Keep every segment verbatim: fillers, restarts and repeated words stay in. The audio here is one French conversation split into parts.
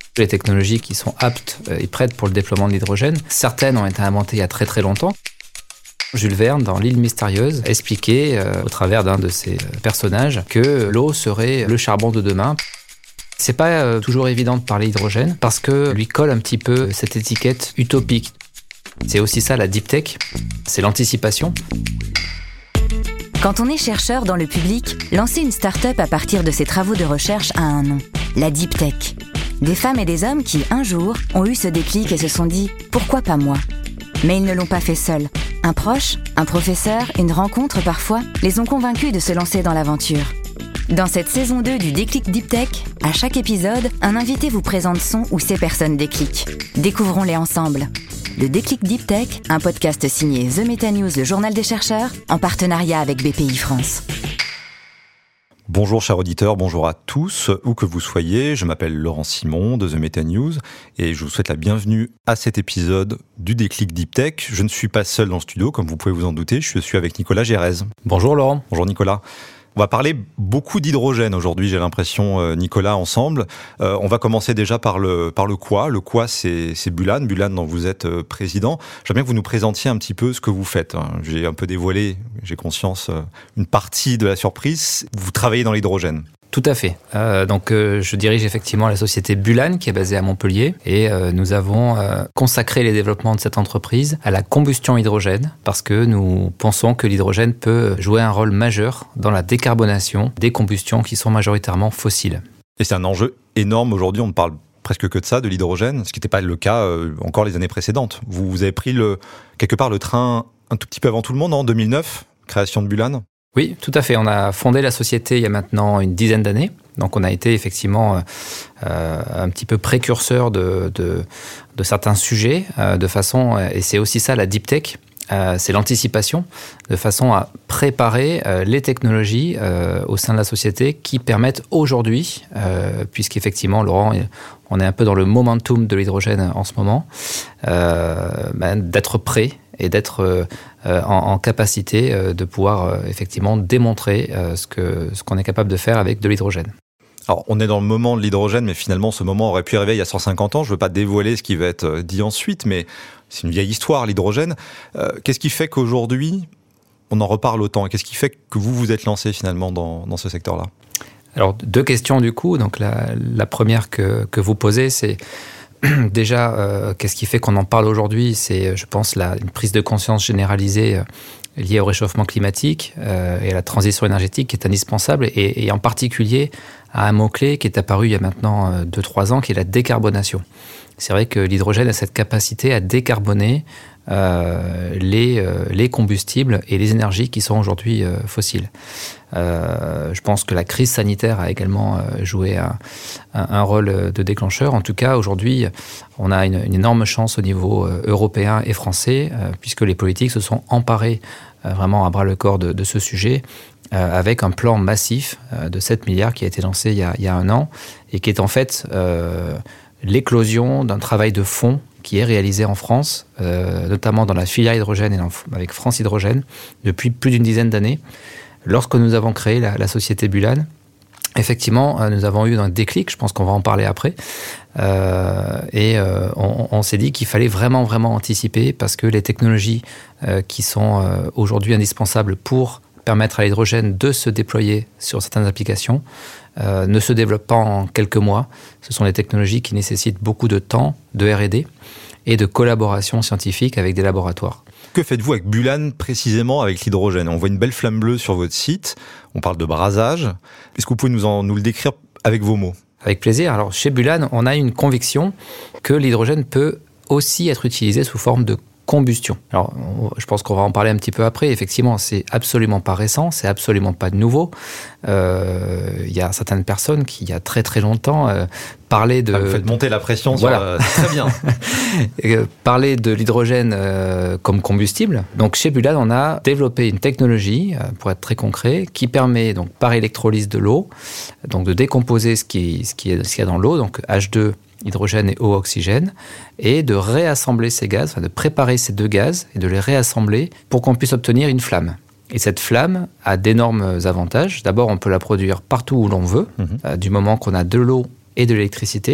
Les technologies qui sont aptes et prêtes pour le déploiement de l'hydrogène, certaines ont été inventées il y a très très longtemps. Jules Verne, dans L'île mystérieuse, expliquait euh, au travers d'un de ses personnages que l'eau serait le charbon de demain. C'est pas euh, toujours évident de parler hydrogène parce que lui colle un petit peu cette étiquette utopique. C'est aussi ça la deep tech, c'est l'anticipation. Quand on est chercheur dans le public, lancer une start-up à partir de ses travaux de recherche a un nom, la deep tech. Des femmes et des hommes qui, un jour, ont eu ce déclic et se sont dit « Pourquoi pas moi ?» Mais ils ne l'ont pas fait seuls. Un proche, un professeur, une rencontre parfois, les ont convaincus de se lancer dans l'aventure. Dans cette saison deux du Déclic Deep Tech, à chaque épisode, un invité vous présente son ou ses personnes déclic. Découvrons-les ensemble. Le Déclic Deep Tech, un podcast signé The Meta News, le journal des chercheurs, en partenariat avec B P I France. Bonjour chers auditeurs, bonjour à tous, où que vous soyez, je m'appelle Laurent Simon de The Meta News et je vous souhaite la bienvenue à cet épisode du Déclic Deep Tech. Je ne suis pas seul dans le studio, comme vous pouvez vous en douter, je suis avec Nicolas Gérez. Bonjour Laurent. Bonjour Nicolas. On va parler beaucoup d'hydrogène aujourd'hui, j'ai l'impression, euh, Nicolas, ensemble. Euh, on va commencer déjà par le, par le quoi. Le quoi, c'est, c'est Bulan, Bulan dont vous êtes euh, président. J'aimerais bien que vous nous présentiez un petit peu ce que vous faites. J'ai un peu dévoilé, j'ai conscience, euh, une partie de la surprise. Vous travaillez dans l'hydrogène. Tout à fait. Euh, donc, euh, je dirige effectivement la société Bulan, qui est basée à Montpellier, et euh, nous avons euh, consacré les développements de cette entreprise à la combustion hydrogène, parce que nous pensons que l'hydrogène peut jouer un rôle majeur dans la décarbonation des combustions qui sont majoritairement fossiles. Et c'est un enjeu énorme aujourd'hui, on ne parle presque que de ça, de l'hydrogène, ce qui n'était pas le cas euh, encore les années précédentes. Vous, vous avez pris le, quelque part le train un tout petit peu avant tout le monde, en deux mille neuf, création de Bulan. Oui, tout à fait. On a fondé la société il y a maintenant une dizaine d'années. Donc, on a été effectivement euh, un petit peu précurseur de, de, de certains sujets, euh, de façon, et c'est aussi ça la deep tech, euh, c'est l'anticipation, de façon à préparer euh, les technologies euh, au sein de la société qui permettent aujourd'hui, euh, puisqu'effectivement, Laurent, on est un peu dans le momentum de l'hydrogène en ce moment, euh, ben, d'être prêt et d'être euh, en, en capacité euh, de pouvoir euh, effectivement démontrer euh, ce, que, ce qu'on est capable de faire avec de l'hydrogène. Alors, on est dans le moment de l'hydrogène, mais finalement, ce moment aurait pu arriver il y a cent cinquante ans. Je ne veux pas dévoiler ce qui va être dit ensuite, mais c'est une vieille histoire, l'hydrogène. Euh, qu'est-ce qui fait qu'aujourd'hui, on en reparle autant ? Qu'est-ce qui fait que vous vous êtes lancé finalement dans, dans ce secteur-là ? Alors, deux questions du coup. Donc, la, la première que, que vous posez, c'est déjà, euh, qu'est-ce qui fait qu'on en parle aujourd'hui ? C'est, je pense, la, une prise de conscience généralisée euh, liée au réchauffement climatique euh, et à la transition énergétique qui est indispensable, et, et en particulier à un mot-clé qui est apparu il y a maintenant deux trois ans, qui est la décarbonation. C'est vrai que l'hydrogène a cette capacité à décarboner euh, les, euh, les combustibles et les énergies qui sont aujourd'hui euh, fossiles. Euh, je pense que la crise sanitaire a également euh, joué un, un, un rôle de déclencheur. En tout cas, aujourd'hui, on a une, une énorme chance au niveau euh, européen et français, euh, puisque les politiques se sont emparés euh, vraiment à bras-le-corps de, de ce sujet, euh, avec un plan massif euh, de sept milliards qui a été lancé il y a, il y a un an, et qui est en fait euh, l'éclosion d'un travail de fond qui est réalisé en France, euh, notamment dans la filière hydrogène et dans, avec France Hydrogène, depuis plus d'une dizaine d'années. Lorsque nous avons créé la, la société Bulan, effectivement, euh, nous avons eu un déclic, je pense qu'on va en parler après, euh, et euh, on, on s'est dit qu'il fallait vraiment, vraiment anticiper, parce que les technologies euh, qui sont euh, aujourd'hui indispensables pour permettre à l'hydrogène de se déployer sur certaines applications euh, ne se développent pas en quelques mois. Ce sont des technologies qui nécessitent beaucoup de temps, de R et D et de collaboration scientifique avec des laboratoires. Que faites-vous avec Bulan précisément avec l'hydrogène ? On voit une belle flamme bleue sur votre site, on parle de brasage. Est-ce que vous pouvez nous, en, nous le décrire avec vos mots ? Avec plaisir. Alors chez Bulan, on a une conviction que l'hydrogène peut aussi être utilisé sous forme de combustion. Alors, je pense qu'on va en parler un petit peu après. Effectivement, c'est absolument pas récent, c'est absolument pas de nouveau. Euh, il y a certaines personnes qui, il y a très très longtemps, euh, parlaient de... Ah, vous faites monter la pression, voilà. sur, euh, très bien. euh, parlaient de l'hydrogène euh, comme combustible. Donc, chez Bulan, on a développé une technologie, euh, pour être très concret, qui permet, donc, par électrolyse de l'eau, donc de décomposer ce qui, ce qui est, ce qu'il y a dans l'eau, donc H deux, hydrogène et eau oxygène, et de réassembler ces gaz, enfin de préparer ces deux gaz et de les réassembler pour qu'on puisse obtenir une flamme. Et cette flamme a d'énormes avantages. D'abord, on peut la produire partout où l'on veut, mmh. euh, du moment qu'on a de l'eau et de l'électricité.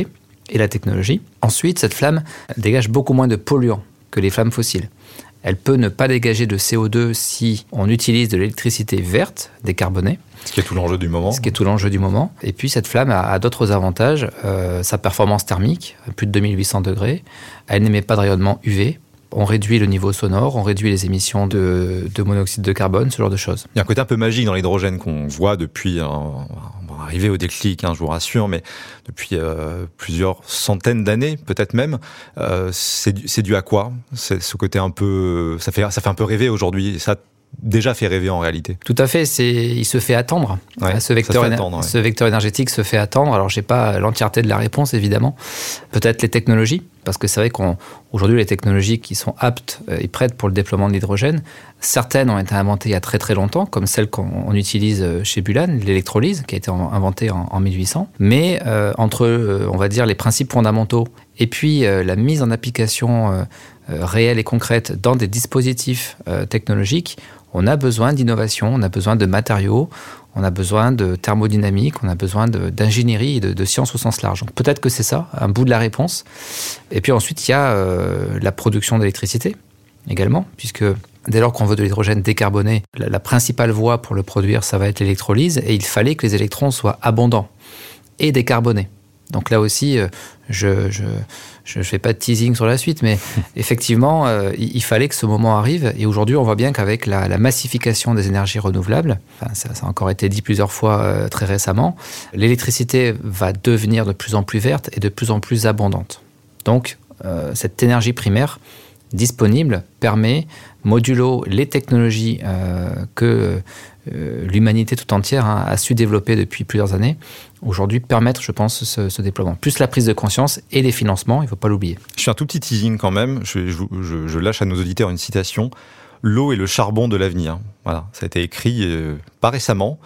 et la technologie. Ensuite, cette flamme dégage beaucoup moins de polluants que les flammes fossiles. Elle peut ne pas dégager de C O deux si on utilise de l'électricité verte, décarbonée. Ce qui est tout l'enjeu du moment. Ce qui est tout l'enjeu du moment. Et puis cette flamme a, a d'autres avantages. Euh, sa performance thermique, plus de deux mille huit cents degrés. Elle n'émet pas de rayonnement U V. On réduit le niveau sonore, on réduit les émissions de, de monoxyde de carbone, ce genre de choses. Il y a un côté un peu magique dans l'hydrogène qu'on voit depuis, euh, on va arriver au déclic, hein, je vous rassure, mais depuis euh, plusieurs centaines d'années, peut-être même. Euh, c'est, c'est dû à quoi ? C'est ce côté un peu, ça fait, ça fait un peu rêver aujourd'hui. Ça déjà fait rêver en réalité. Tout à fait, c'est, il se fait attendre. Ouais, ce, vecteur éner- attendre ouais. ce vecteur énergétique se fait attendre. Alors, je n'ai pas l'entièreté de la réponse, évidemment. Peut-être les technologies, parce que c'est vrai qu'aujourd'hui, les technologies qui sont aptes et prêtes pour le déploiement de l'hydrogène, certaines ont été inventées il y a très très longtemps, comme celle qu'on utilise chez Bulan, l'électrolyse, qui a été inventée en, en mille huit cents. Mais euh, entre, euh, on va dire, les principes fondamentaux et puis euh, la mise en application euh, euh, réelle et concrète dans des dispositifs euh, technologiques, on a besoin d'innovation, on a besoin de matériaux, on a besoin de thermodynamique, on a besoin de, d'ingénierie et de, de science au sens large. Donc peut-être que c'est ça, un bout de la réponse. Et puis ensuite, il y a euh, la production d'électricité également, puisque dès lors qu'on veut de l'hydrogène décarboné, la, la principale voie pour le produire, ça va être l'électrolyse, et il fallait que les électrons soient abondants et décarbonés. Donc là aussi, euh, je je je fais pas de teasing sur la suite, mais effectivement, euh, il, il fallait que ce moment arrive. Et aujourd'hui, on voit bien qu'avec la, la massification des énergies renouvelables, enfin, ça, ça a encore été dit plusieurs fois euh, très récemment, l'électricité va devenir de plus en plus verte et de plus en plus abondante. Donc, euh, cette énergie primaire disponible permet, modulo les technologies euh, que euh, l'humanité tout entière hein, a su développer depuis plusieurs années, aujourd'hui permettre, je pense, ce, ce déploiement. Plus la prise de conscience et les financements, il ne faut pas l'oublier. Je fais un tout petit teasing quand même, je, je, je, je lâche à nos auditeurs une citation. L'eau est le charbon de l'avenir. Voilà, ça a été écrit euh, pas récemment,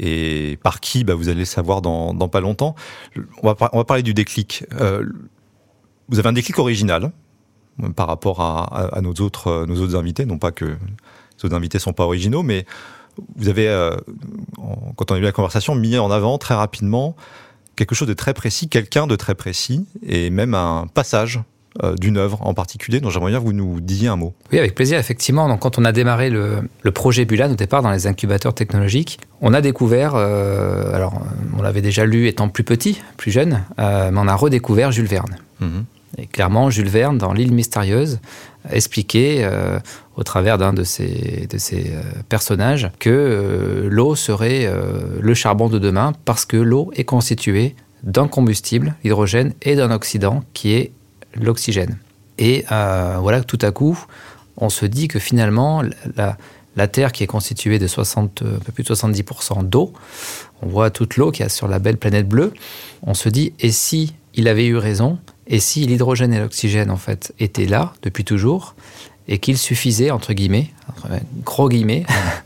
et par qui, bah, vous allez le savoir dans, dans pas longtemps. On va, on va parler du déclic. Euh, vous avez un déclic original par rapport à, à, à nos, autres, nos autres invités, non pas que les autres invités ne sont pas originaux, mais vous avez, euh, quand on a eu la conversation, mis en avant très rapidement quelque chose de très précis, quelqu'un de très précis, et même un passage euh, d'une œuvre en particulier, dont j'aimerais bien que vous nous disiez un mot. Oui, avec plaisir, effectivement. Donc, quand on a démarré le, le projet Bulan, au départ, dans les incubateurs technologiques, on a découvert, euh, alors on l'avait déjà lu étant plus petit, plus jeune, euh, mais on a redécouvert Jules Verne. Mmh. Et clairement, Jules Verne, dans L'île mystérieuse, expliquait, euh, au travers d'un de ses, de ses euh, personnages, que euh, l'eau serait euh, le charbon de demain, parce que l'eau est constituée d'un combustible, l'hydrogène, et d'un oxydant, qui est l'oxygène. Et euh, voilà que tout à coup, on se dit que finalement, la, la Terre, qui est constituée de soixante, un peu plus de soixante-dix pour cent d'eau, on voit toute l'eau qu'il y a sur la belle planète bleue, on se dit, et si il avait eu raison, et si l'hydrogène et l'oxygène, en fait, étaient là depuis toujours, et qu'il suffisait, entre guillemets, entre gros guillemets,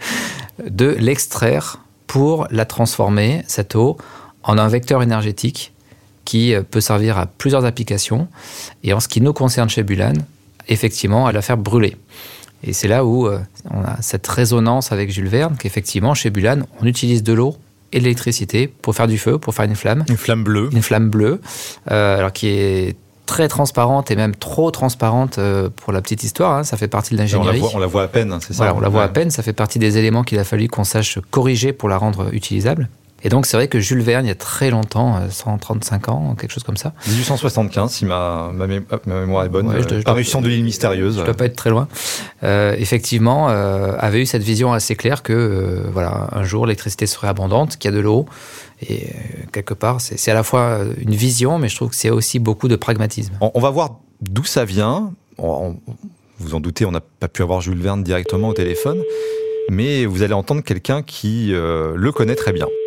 de l'extraire pour la transformer, cette eau, en un vecteur énergétique qui peut servir à plusieurs applications, et en ce qui nous concerne chez Bulan, effectivement, à la faire brûler. Et c'est là où euh, on a cette résonance avec Jules Verne, qu'effectivement, chez Bulan, on utilise de l'eau et de l'électricité pour faire du feu, pour faire une flamme. Une flamme bleue. Une flamme bleue, euh, alors qui est très transparente et même trop transparente euh, pour la petite histoire. Hein, ça fait partie de l'ingénierie. On la voit, on la voit à peine, c'est ça. Voilà, on la voit ouais. à peine. Ça fait partie des éléments qu'il a fallu qu'on sache corriger pour la rendre utilisable. Et donc, c'est vrai que Jules Verne, il y a très longtemps, cent trente-cinq ans, quelque chose comme ça. dix-huit cent soixante-quinze, si ma, ma, mé- ma mémoire est bonne. Ouais, euh, parution de l'île mystérieuse. Je ne dois pas être très loin. Euh, effectivement, euh, avait eu cette vision assez claire que, euh, voilà, un jour, l'électricité serait abondante, qu'il y a de l'eau. Et euh, quelque part, c'est, c'est à la fois une vision, mais je trouve que c'est aussi beaucoup de pragmatisme. On, on va voir d'où ça vient. On, on, vous en doutez, on n'a pas pu avoir Jules Verne directement au téléphone. Mais vous allez entendre quelqu'un qui euh, le connaît très bien.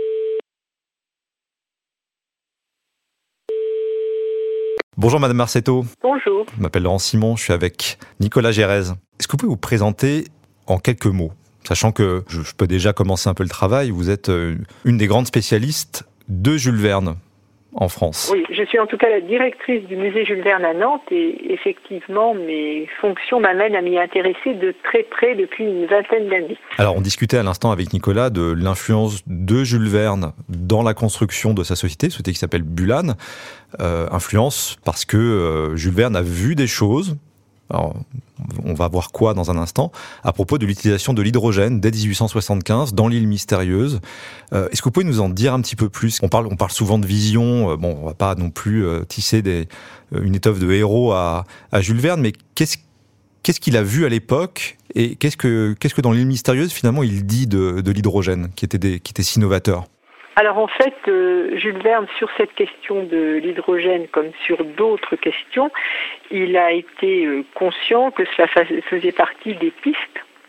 Bonjour Madame Marcetto. Bonjour. Je m'appelle Laurent Simon, je suis avec Nicolas Gérez. Est-ce que vous pouvez vous présenter en quelques mots ? Sachant que je, je peux déjà commencer un peu le travail, vous êtes une des grandes spécialistes de Jules Verne en France. Oui, je suis en tout cas la directrice du musée Jules Verne à Nantes et effectivement mes fonctions m'amènent à m'y intéresser de très près depuis une vingtaine d'années. Alors on discutait à l'instant avec Nicolas de l'influence de Jules Verne dans la construction de sa société, société qui s'appelle Bulan. Euh, influence parce que euh, Jules Verne a vu des choses. Alors, on va voir quoi dans un instant, à propos de l'utilisation de l'hydrogène dès dix-huit cent soixante-quinze dans l'île mystérieuse. Euh, est-ce que vous pouvez nous en dire un petit peu plus ? On parle, on parle souvent de vision, euh, bon, on va pas non plus euh, tisser des, euh, une étoffe de héros à, à Jules Verne, mais qu'est-ce, qu'est-ce qu'il a vu à l'époque et qu'est-ce que, qu'est-ce que dans l'île mystérieuse, finalement, il dit de, de l'hydrogène qui était, des, qui était si novateur ? Alors en fait, euh, Jules Verne, sur cette question de l'hydrogène comme sur d'autres questions, il a été euh, conscient que cela faisait partie des pistes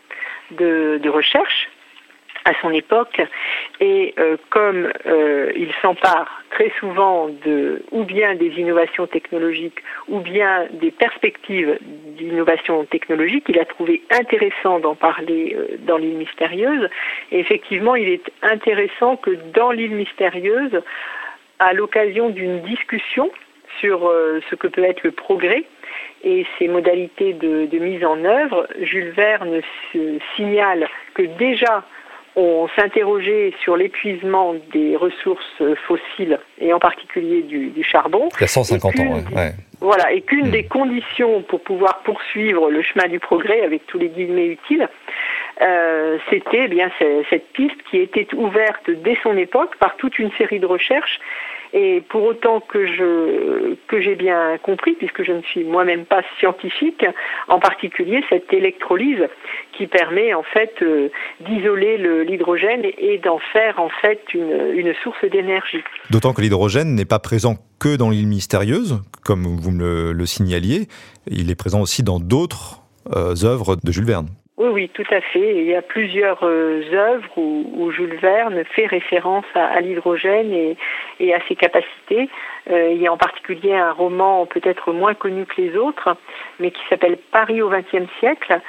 de, de recherche à son époque, et euh, comme euh, il s'empare très souvent de ou bien des innovations technologiques ou bien des perspectives d'innovation technologique, il a trouvé intéressant d'en parler euh, dans l'île mystérieuse. Et effectivement, il est intéressant que dans l'île mystérieuse, à l'occasion d'une discussion sur euh, ce que peut être le progrès et ses modalités de, de mise en œuvre, Jules Verne signale que déjà on s'interrogeait sur l'épuisement des ressources fossiles, et en particulier du, du charbon. Il y a cent cinquante ans, ouais. ouais. Voilà, et qu'une mmh. des conditions pour pouvoir poursuivre le chemin du progrès, avec tous les guillemets utiles, euh, c'était eh bien cette piste qui était ouverte dès son époque par toute une série de recherches. Et pour autant que je que j'ai bien compris, puisque je ne suis moi-même pas scientifique, en particulier cette électrolyse qui permet en fait euh, d'isoler le, l'hydrogène et, et d'en faire en fait une, une source d'énergie. D'autant que l'hydrogène n'est pas présent que dans l'île mystérieuse, comme vous me le, le signaliez, il est présent aussi dans d'autres euh, œuvres de Jules Verne. Oui, oui, tout à fait. Il y a plusieurs euh, œuvres où, où Jules Verne fait référence à, à l'hydrogène et, et à ses capacités. Euh, il y a en particulier un roman peut-être moins connu que les autres, mais qui s'appelle Paris au vingtième siècle,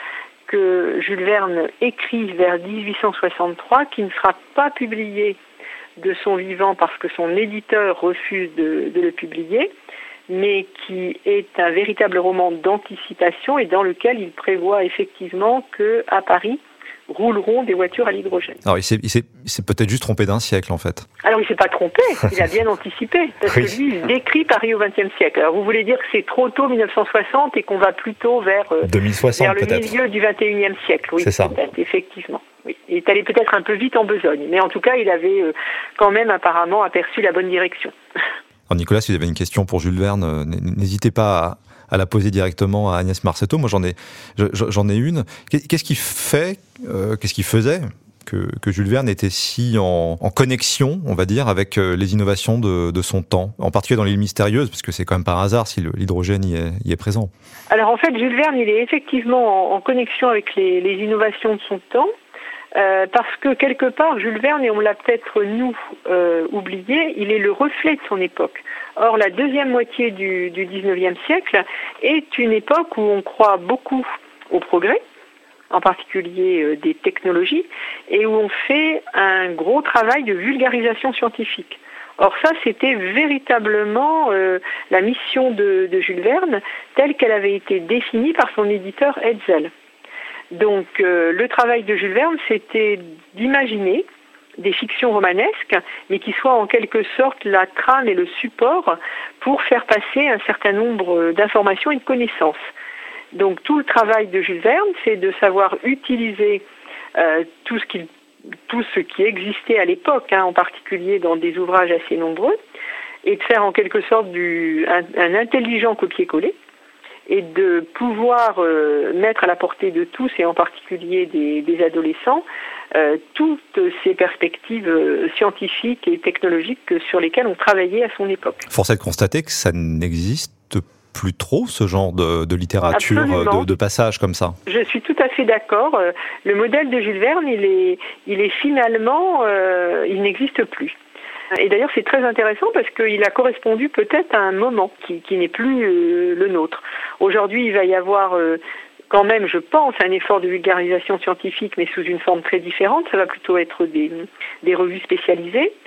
que Jules Verne écrit vers dix-huit cent soixante-trois, qui ne sera pas publié de son vivant parce que son éditeur refuse de, de le publier, mais qui est un véritable roman d'anticipation et dans lequel il prévoit effectivement qu'à Paris rouleront des voitures à l'hydrogène. Alors il s'est, il s'est, il s'est peut-être juste trompé d'un siècle en fait. Alors il ne s'est pas trompé, il a bien anticipé, parce oui. que lui il décrit Paris au vingtième siècle. Alors vous voulez dire que c'est trop tôt mille neuf cent soixante et qu'on va plutôt vers, euh, deux mille soixante, vers le peut-être. milieu du vingt et unième siècle. Oui, c'est ça. Effectivement. Oui. Il est allé peut-être un peu vite en besogne, mais en tout cas il avait euh, quand même apparemment aperçu la bonne direction. Alors Nicolas, si vous avez une question pour Jules Verne, n'hésitez pas à, à la poser directement à Agnès Marcetto. Moi, j'en ai, j'en ai une. Qu'est-ce qui fait, euh, qu'est-ce qui faisait que, que Jules Verne était si en, en connexion, on va dire, avec les innovations de, de son temps, en particulier dans l'île mystérieuse, parce que c'est quand même par hasard si le, l'hydrogène y est, y est présent. Alors en fait, Jules Verne, il est effectivement en, en connexion avec les, les innovations de son temps. Euh, parce que quelque part, Jules Verne, et on l'a peut-être nous euh, oublié, il est le reflet de son époque. Or, la deuxième moitié du, du dix-neuvième siècle est une époque où on croit beaucoup au progrès, en particulier euh, des technologies, et où on fait un gros travail de vulgarisation scientifique. Or ça, c'était véritablement euh, la mission de, de Jules Verne, telle qu'elle avait été définie par son éditeur Hetzel. Donc euh, le travail de Jules Verne, c'était d'imaginer des fictions romanesques, mais qui soient en quelque sorte la trame et le support pour faire passer un certain nombre d'informations et de connaissances. Donc tout le travail de Jules Verne, c'est de savoir utiliser euh, tout ce qui, tout ce qui existait à l'époque, hein, en particulier dans des ouvrages assez nombreux, et de faire en quelque sorte du, un, un intelligent copier-coller, et de pouvoir euh, mettre à la portée de tous, et en particulier des, des adolescents, euh, toutes ces perspectives euh, scientifiques et technologiques sur lesquelles on travaillait à son époque. Force est de constater que ça n'existe plus trop, ce genre de, de littérature, de, de passage comme ça. Je suis tout à fait d'accord. Le modèle de Jules Verne, il est, il est finalement, euh, il n'existe plus. Et d'ailleurs, c'est très intéressant parce qu'il a correspondu peut-être à un moment qui, qui n'est plus euh, le nôtre. Aujourd'hui, il va y avoir euh, quand même, je pense, un effort de vulgarisation scientifique, mais sous une forme très différente. Ça va plutôt être des, des revues spécialisées.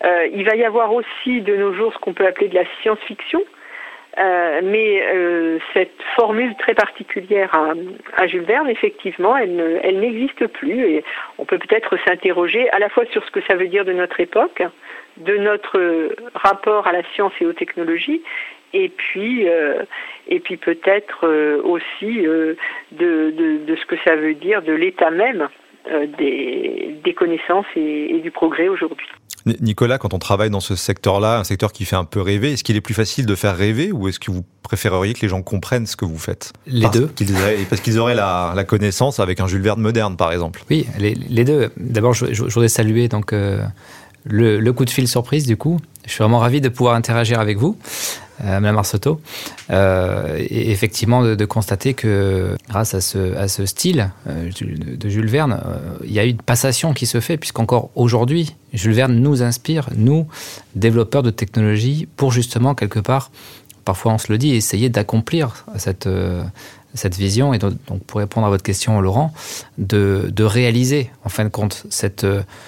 Euh, il va y avoir aussi de nos jours ce qu'on peut appeler de la science-fiction. Euh, mais euh, cette formule très particulière à, à Jules Verne, effectivement, elle, ne, elle n'existe plus. Et on peut peut-être s'interroger à la fois sur ce que ça veut dire de notre époque, de notre rapport à la science et aux technologies, et puis, euh, et puis peut-être euh, aussi euh, de, de, de ce que ça veut dire de l'état même euh, des, des connaissances et, et du progrès aujourd'hui. Nicolas, quand on travaille dans ce secteur-là, un secteur qui fait un peu rêver, est-ce qu'il est plus facile de faire rêver ou est-ce que vous préféreriez que les gens comprennent ce que vous faites ? Les parce deux. Qu'ils auraient, parce qu'ils auraient la, la connaissance avec un Jules Verne moderne, par exemple. Oui, les, les deux. D'abord, je, je, je voudrais saluer donc, euh, le, le coup de fil surprise, du coup. Je suis vraiment ravi de pouvoir interagir avec vous, euh, Madame Arseto, euh, et effectivement de, de constater que grâce à ce, à ce style euh, de, de Jules Verne, euh, il y a eu une passation qui se fait, puisqu'encore aujourd'hui, Jules Verne nous inspire, nous, développeurs de technologies, pour justement, quelque part, parfois on se le dit, essayer d'accomplir cette, euh, cette vision, et donc, donc pour répondre à votre question, Laurent, de, de réaliser, en fin de compte, cette,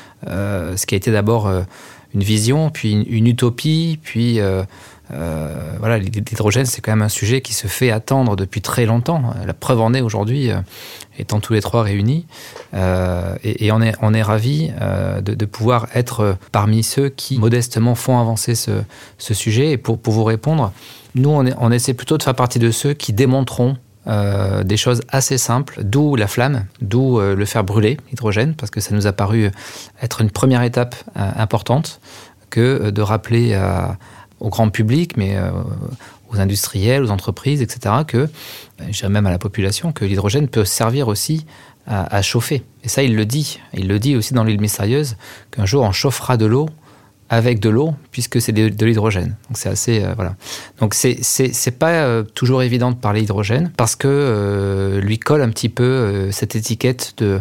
euh, ce qui a été d'abord euh, une vision, puis une, une utopie, puis euh, euh, voilà, l'hydrogène, c'est quand même un sujet qui se fait attendre depuis très longtemps. La preuve en est aujourd'hui, euh, étant tous les trois réunis, euh, et, et on est, on est ravis euh, de, de pouvoir être parmi ceux qui modestement font avancer ce, ce sujet. Et pour, pour vous répondre, nous, on, est, on essaie plutôt de faire partie de ceux qui démontreront Euh, des choses assez simples, d'où la flamme, d'où euh, le faire brûler, l'hydrogène, parce que ça nous a paru être une première étape euh, importante que euh, de rappeler à, au grand public, mais euh, aux industriels, aux entreprises, et cetera, que, euh, je dirais même à la population, que l'hydrogène peut servir aussi à, à chauffer. Et ça, il le dit. Il le dit aussi dans l'île mystérieuse, qu'un jour, on chauffera de l'eau avec de l'eau, puisque c'est de, de l'hydrogène. Donc c'est assez... Euh, voilà. Donc c'est, c'est, c'est pas euh, toujours évident de parler hydrogène, parce que euh, lui colle un petit peu euh, cette étiquette de,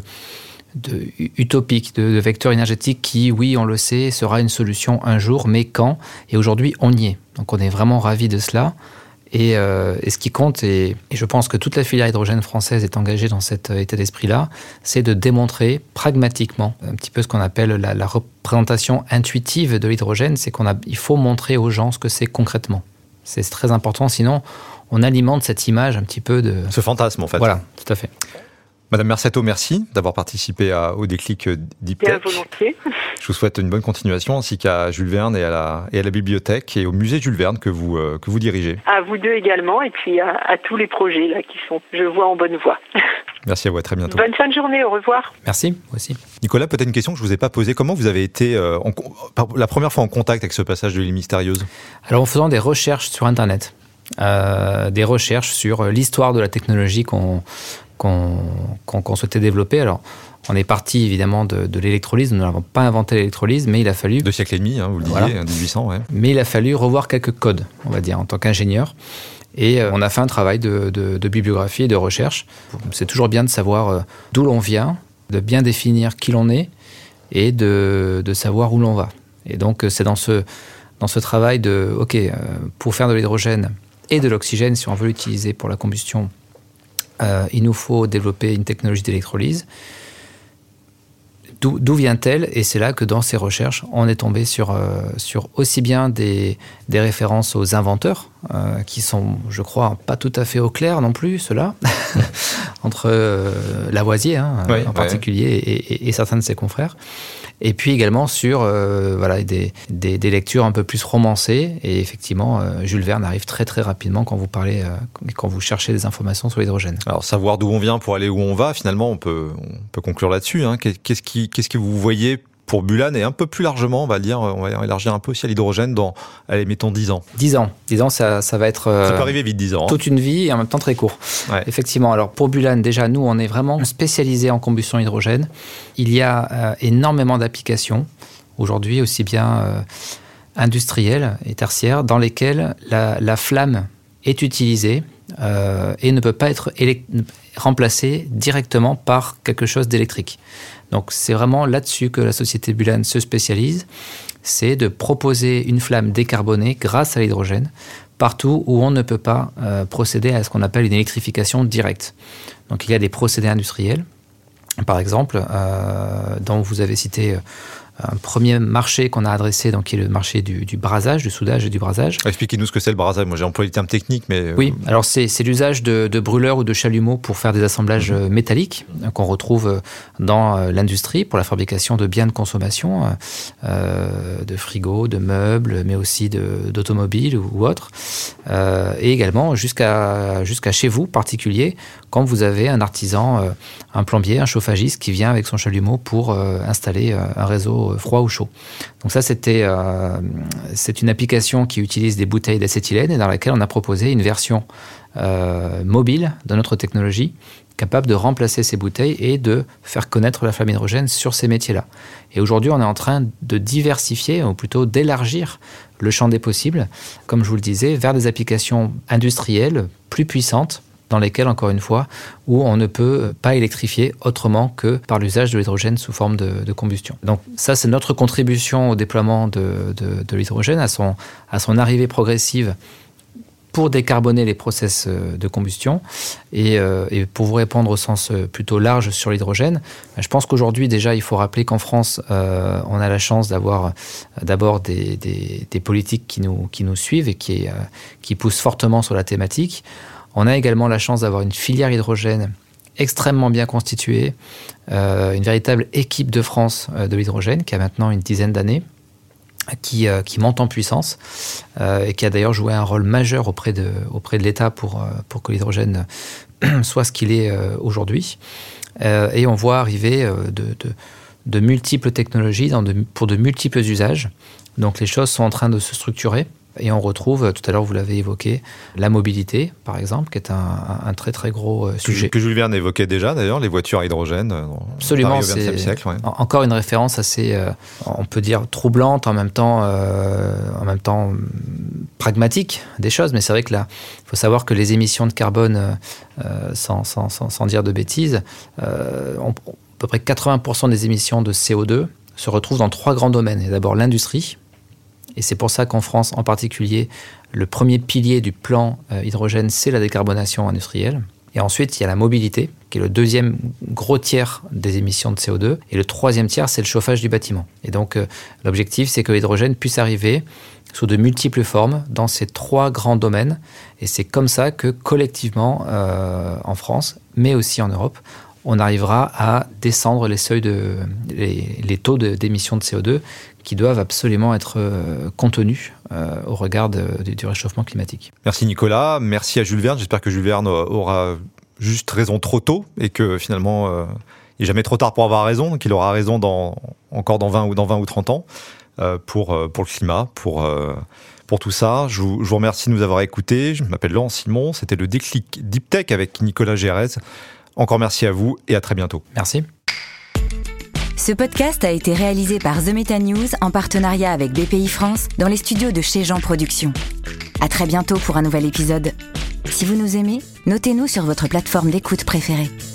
de utopique, de, de vecteur énergétique qui, oui, on le sait, sera une solution un jour, mais quand ? Et aujourd'hui, on y est. Donc on est vraiment ravis de cela. Et, euh, et ce qui compte, et, et je pense que toute la filière hydrogène française est engagée dans cet état d'esprit-là, c'est de démontrer pragmatiquement un petit peu ce qu'on appelle la, la représentation intuitive de l'hydrogène, c'est qu'on a, il faut montrer aux gens ce que c'est concrètement. C'est très important, sinon on alimente cette image un petit peu de... Ce fantasme, en fait. Voilà, tout à fait. Madame Merceto, merci d'avoir participé à, au déclic Deep Tech. Bien volontiers. Je vous souhaite une bonne continuation, ainsi qu'à Jules Verne et à la, et à la bibliothèque et au musée Jules Verne que vous, euh, que vous dirigez. À vous deux également, et puis à, à tous les projets là qui sont, je vois, en bonne voie. Merci à vous, à très bientôt. Bonne fin de journée, au revoir. Merci, moi aussi. Nicolas, peut-être une question que je ne vous ai pas posée. Comment vous avez été euh, en, la première fois en contact avec ce passage de l'île mystérieuse ? Alors en faisant des recherches sur Internet, euh, des recherches sur l'histoire de la technologie qu'on... Qu'on, qu'on, qu'on souhaitait développer. Alors, on est parti évidemment de, de l'électrolyse. Nous n'avons pas inventé l'électrolyse, mais il a fallu... Deux siècles et demi, hein, vous le disiez, voilà. dix-huit cents, ouais. Mais il a fallu revoir quelques codes, on va dire, en tant qu'ingénieur. Et euh, on a fait un travail de, de, de bibliographie et de recherche. C'est toujours bien de savoir euh, d'où l'on vient, de bien définir qui l'on est et de, de savoir où l'on va. Et donc, c'est dans ce, dans ce travail de, OK, euh, pour faire de l'hydrogène et de l'oxygène, si on veut l'utiliser pour la combustion, Euh, il nous faut développer une technologie d'électrolyse. D'où, d'où vient-elle ? Et c'est là que dans ces recherches, on est tombé sur, euh, sur aussi bien des, des références aux inventeurs, euh, qui sont, je crois, pas tout à fait au clair non plus, ceux-là, entre euh, Lavoisier hein, oui, en particulier ouais. et, et, et certains de ses confrères. Et puis également sur euh, voilà, des, des, des lectures un peu plus romancées. Et effectivement, euh, Jules Verne arrive très très rapidement quand vous parlez, euh, quand vous cherchez des informations sur l'hydrogène. Alors savoir d'où on vient pour aller où on va, finalement, on peut, on peut conclure là-dessus. Hein. Qu'est-ce, qui, qu'est-ce que vous voyez pour Bulan et un peu plus largement, on va dire, on va élargir un peu aussi à l'hydrogène dans, allez, mettons dix ans. dix ans. dix ans, ça, ça va être... Euh, ça peut arriver vite, dix ans. Toute hein. une vie et en même temps très court. Ouais. Effectivement. Alors pour Bulan, déjà, nous, on est vraiment spécialisés en combustion hydrogène. Il y a euh, énormément d'applications, aujourd'hui, aussi bien euh, industrielles et tertiaires, dans lesquelles la, la flamme est utilisée euh, et ne peut pas être élect- remplacée directement par quelque chose d'électrique. Donc c'est vraiment là-dessus que la société Bulan se spécialise, c'est de proposer une flamme décarbonée grâce à l'hydrogène partout où on ne peut pas euh, procéder à ce qu'on appelle une électrification directe. Donc il y a des procédés industriels, par exemple, euh, dont vous avez cité un premier marché qu'on a adressé, donc, qui est le marché du, du brasage, du soudage et du brasage. Expliquez-nous ce que c'est le brasage. Moi, j'ai employé le terme technique, mais... Oui, alors c'est, c'est l'usage de, de brûleurs ou de chalumeaux pour faire des assemblages mmh. métalliques qu'on retrouve dans l'industrie pour la fabrication de biens de consommation, euh, de frigos, de meubles, mais aussi de, d'automobiles ou, ou autres. Euh, et également jusqu'à, jusqu'à chez vous, particulier, quand vous avez un artisan, euh, un plombier, un chauffagiste qui vient avec son chalumeau pour euh, installer euh, un réseau froid ou chaud. Donc ça, c'était, euh, c'est une application qui utilise des bouteilles d'acétylène et dans laquelle on a proposé une version euh, mobile de notre technologie capable de remplacer ces bouteilles et de faire connaître la flamme hydrogène sur ces métiers-là. Et aujourd'hui, on est en train de diversifier, ou plutôt d'élargir le champ des possibles, comme je vous le disais, vers des applications industrielles plus puissantes, dans lesquelles, encore une fois, où on ne peut pas électrifier autrement que par l'usage de l'hydrogène sous forme de, de combustion. Donc ça, c'est notre contribution au déploiement de, de, de l'hydrogène, à son, à son arrivée progressive pour décarboner les process de combustion. Et, euh, et pour vous répondre au sens plutôt large sur l'hydrogène, je pense qu'aujourd'hui, déjà, il faut rappeler qu'en France, euh, on a la chance d'avoir d'abord des, des, des politiques qui nous, qui nous suivent et qui, euh, qui poussent fortement sur la thématique. On a également la chance d'avoir une filière hydrogène extrêmement bien constituée, euh, une véritable équipe de France euh, de l'hydrogène qui a maintenant une dizaine d'années, qui, euh, qui monte en puissance euh, et qui a d'ailleurs joué un rôle majeur auprès de, auprès de l'État pour, euh, pour que l'hydrogène soit ce qu'il est euh, aujourd'hui. Euh, et on voit arriver euh, de, de, de multiples technologies dans de, pour de multiples usages. Donc les choses sont en train de se structurer. Et on retrouve, tout à l'heure vous l'avez évoqué, la mobilité, par exemple, qui est un, un, un très très gros euh, sujet. Que Jules Verne évoquait déjà, d'ailleurs, les voitures à hydrogène. Absolument, c'est c'est siècle, ouais. Encore une référence assez, euh, on peut dire, troublante, en même temps, euh, en même temps pragmatique des choses. Mais c'est vrai que là, il faut savoir que les émissions de carbone, euh, sans, sans, sans, sans dire de bêtises, euh, on, à peu près quatre-vingts pour cent des émissions de C O deux se retrouvent dans trois grands domaines. Il y a d'abord l'industrie. Et c'est pour ça qu'en France, en particulier, le premier pilier du plan euh, hydrogène, c'est la décarbonation industrielle. Et ensuite, il y a la mobilité, qui est le deuxième gros tiers des émissions de C O deux. Et le troisième tiers, c'est le chauffage du bâtiment. Et donc, euh, l'objectif, c'est que l'hydrogène puisse arriver sous de multiples formes dans ces trois grands domaines. Et c'est comme ça que, collectivement, euh, en France, mais aussi en Europe, on arrivera à descendre les seuils de, les, les taux de, d'émissions de C O deux qui doivent absolument être euh, contenus euh, au regard de, de, du réchauffement climatique. Merci Nicolas, merci à Jules Verne. J'espère que Jules Verne aura juste raison trop tôt et que finalement, euh, il n'est jamais trop tard pour avoir raison, qu'il aura raison dans, encore dans vingt ou, dans vingt ou trente ans euh, pour, pour le climat, pour... Euh, Pour tout ça, je vous, je vous remercie de nous avoir écoutés. Je m'appelle Laurent Simon, c'était le déclic Deep Tech avec Nicolas Gérez. Encore merci à vous et à très bientôt. Merci. Ce podcast a été réalisé par The Meta News en partenariat avec B P I France dans les studios de Chez Jean Productions. À très bientôt pour un nouvel épisode. Si vous nous aimez, notez-nous sur votre plateforme d'écoute préférée.